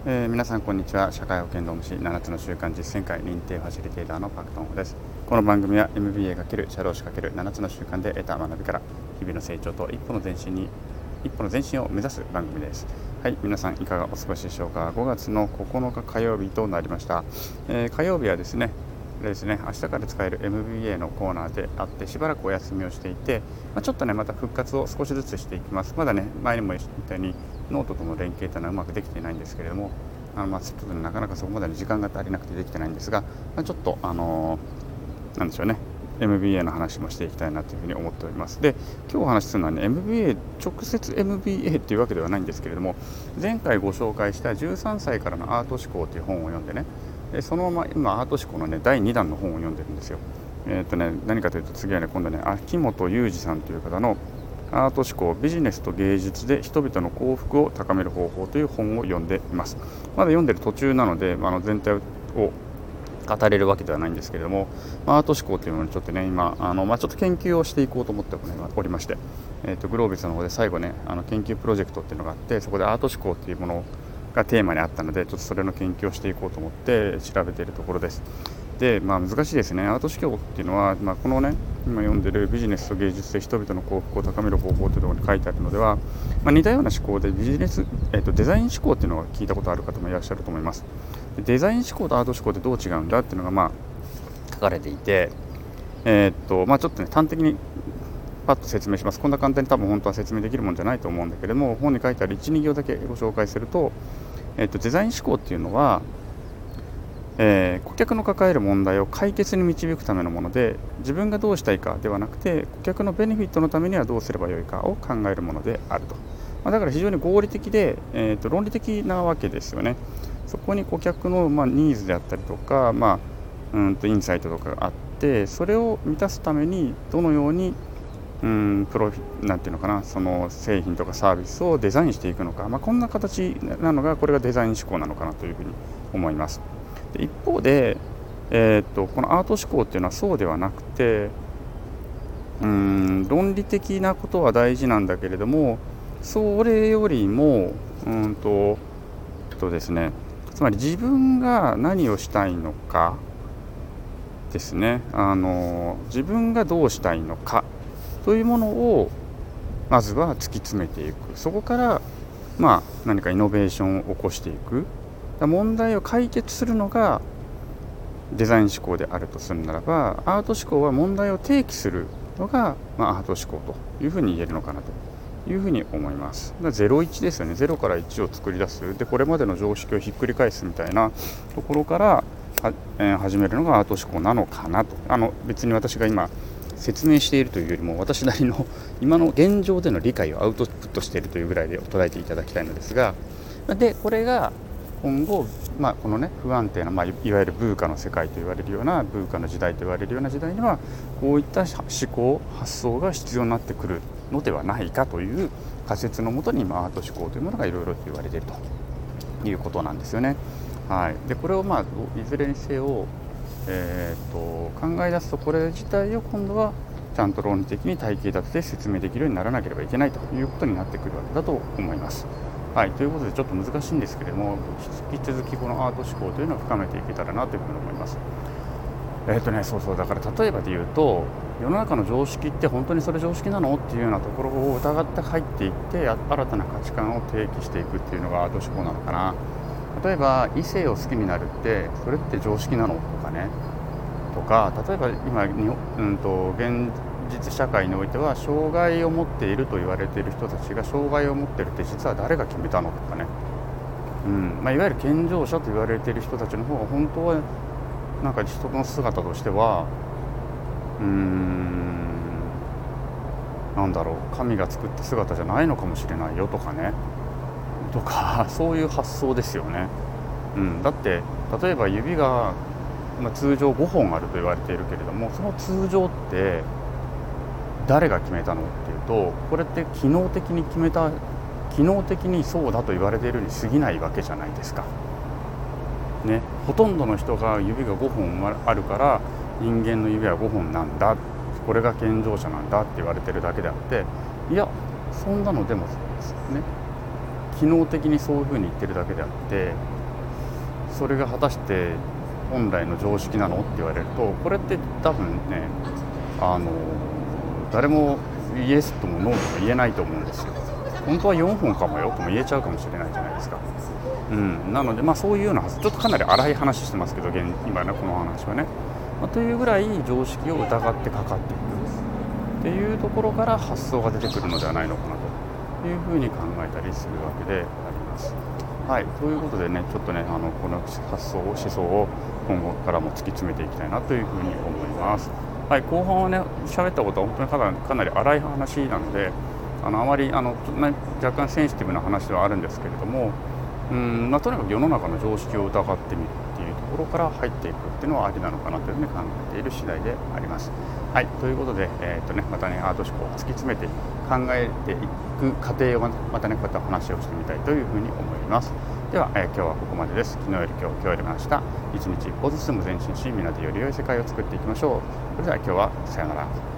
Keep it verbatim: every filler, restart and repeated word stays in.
えー、皆さんこんにちは。社会保険労務士ななつの習慣実践会認定ファシリテーターのパクトンホです。この番組は エムビーエー× 社労士×ななつの習慣で得た学びから日々の成長と一歩の前進に一歩の前進を目指す番組です。はい、皆さんいかがお過ごしでしょうか。ごがつのここのか火曜日となりました。えー、火曜日はですねですね、明日から使える エムビーエー のコーナーであってしばらくお休みをしていて、まあ、ちょっとねまた復活を少しずつしていきます。まだね前にも言ったようにノートとの連携というのはうまくできていないんですけれども、あのまあちょっと、ね、なかなかそこまでの時間が足りなくてできてないんですが、まあ、ちょっとあのー、なんでしょうね エムビーエー の話もしていきたいなというふうに思っております。で、今日お話しするのはね エムビーエー 直接 エムビーエー というわけではないんですけれども、前回ご紹介したじゅうさんさいからのアート思考という本を読んでね、そのまま今アート思考のねだいにだんの本を読んでるんですよ。えーとね、何かというと次はね今度ね秋元裕二さんという方のアート思考ビジネスと芸術で人々の幸福を高める方法という本を読んでいます。まだ読んでる途中なので、まあ、の全体を語れるわけではないんですけれども、アート思考というのにちょっとね今あの、まあ、ちょっと研究をしていこうと思っておりまして、えーとグロービスの方で最後ねあの研究プロジェクトっていうのがあって、そこでアート思考っていうものをがテーマにあったので、ちょっとそれの研究をしていこうと思って調べているところです。で、まあ難しいですね。アート思考っていうのは、まあ、このね今読んでるビジネスと芸術で人々の幸福を高める方法というところに書いてあるのでは、まあ、似たような思考でビジネス、えーと、デザイン思考っていうのが聞いたことある方もいらっしゃると思います。でデザイン思考とアート思考ってどう違うんだっていうのがまあ書かれていて、えーとまあ、ちょっとね端的にパッと説明します。こんな簡単に多分本当は説明できるもんじゃないと思うんだけれども、本に書いてあるいち、に行だけご紹介すると、えーとデザイン思考っていうのは、えー、顧客の抱える問題を解決に導くためのもので、自分がどうしたいかではなくて顧客のベネフィットのためにはどうすればよいかを考えるものであると。まあ、だから非常に合理的で、えー、と論理的なわけですよね。そこに顧客の、まあ、ニーズであったりとか、まあ、うんとインサイトとかがあって、それを満たすためにどのようにうんプロフィなんていうのかな、その製品とかサービスをデザインしていくのか、まあ、こんな形なのがこれがデザイン思考なのかなというふうに思います。で一方で、えー、っとこのアート思考っていうのはそうではなくて、うーん論理的なことは大事なんだけれども、それよりもうんととですねつまり自分が何をしたいのかですね、あの自分がどうしたいのかというものをまずは突き詰めていく。そこからまあ何かイノベーションを起こしていく。問題を解決するのがデザイン思考であるとするならば、アート思考は問題を提起するのが、まあ、アート思考というふうに言えるのかなというふうに思います。ゼロイチですよね。ゼロからいちを作り出す。でこれまでの常識をひっくり返すみたいなところからは、えー、始めるのがアート思考なのかなと。あの別に私が今説明しているというよりも、私なりの今の現状での理解をアウトプットしているというぐらいで捉えていただきたいのですが、でこれが今後、まあ、このね不安定な、まあ、いわゆるブーカの世界と言われるようなブーカの時代と言われるような時代には、こういった思考発想が必要になってくるのではないかという仮説のもとに、今アート思考というものがいろいろと言われているということなんですよね。はい、でこれをまあいずれにせよ、えー、と考え出すと、これ自体を今度はちゃんと論理的に体系立てて説明できるようにならなければいけないということになってくるわけだと思います。はい、ということでちょっと難しいんですけれども、引き続きこのアート思考というのを深めていけたらなというふうに思います。えっ、ー、とねそうそうだから例えばで言うと、世の中の常識って本当にそれ常識なのっていうようなところを疑って入っていって、新たな価値観を提起していくっていうのがアート思考なのかな。例えば異性を好きになるってそれって常識なのとかね、とか例えば今に、うんと現実社会においては障害を持っていると言われている人たちが障害を持っているって実は誰が決めたのとかね、うんまあ、いわゆる健常者と言われている人たちの方が本当はなんか人の姿としてはうーんなんだろう神が作った姿じゃないのかもしれないよとかね、とかそういう発想ですよね。うん、だって例えば指が、まあ、通常ごほんあると言われているけれども、その通常って誰が決めたのっていうと、これって機能的に決めた機能的にそうだと言われているに過ぎないわけじゃないですか、ね、ほとんどの人が指がごほんあるから人間の指はごほんなんだ、これが健常者なんだって言われてるだけであって、いやそんなのでもね機能的にそういうふうに言ってるだけであって、 それが果たして本来の常識なのって言われると、これって多分ね、あの誰もイエスともノーとも言えないと思うんですよ。本当はよんほんかもよとも言えちゃうかもしれないじゃないですか。うん、なので、まあ、そういうようなちょっとかなり荒い話してますけど、現今ねこの話はね、まあ、というぐらい常識を疑ってかかっていくっていうところから発想が出てくるのではないのかなというふうに考えたりするわけであります。はい、ということでね、ちょっとね、あのこの発想、思想を今後からも突き詰めていきたいなというふうに思います。はい、後半はね、喋ったことは本当にかなり、かなり荒い話なので、あのあまりあの、ね、若干センシティブな話ではあるんですけれども、うん、まあ、とにかく世の中の常識を疑ってみるっていうところから入っていくっていうのはありなのかなというふうに考えている次第であります。はい、ということで、えーとね、またね、アート思考を突き詰めて考えていく過程をまたね、こうやって話をしてみたいというふうに思います。では、えー、今日はここまでです。昨日より今日、今日よりも明日、一日一歩ずつでも前進し、みんなでより良い世界を作っていきましょう。それでは今日はさようなら。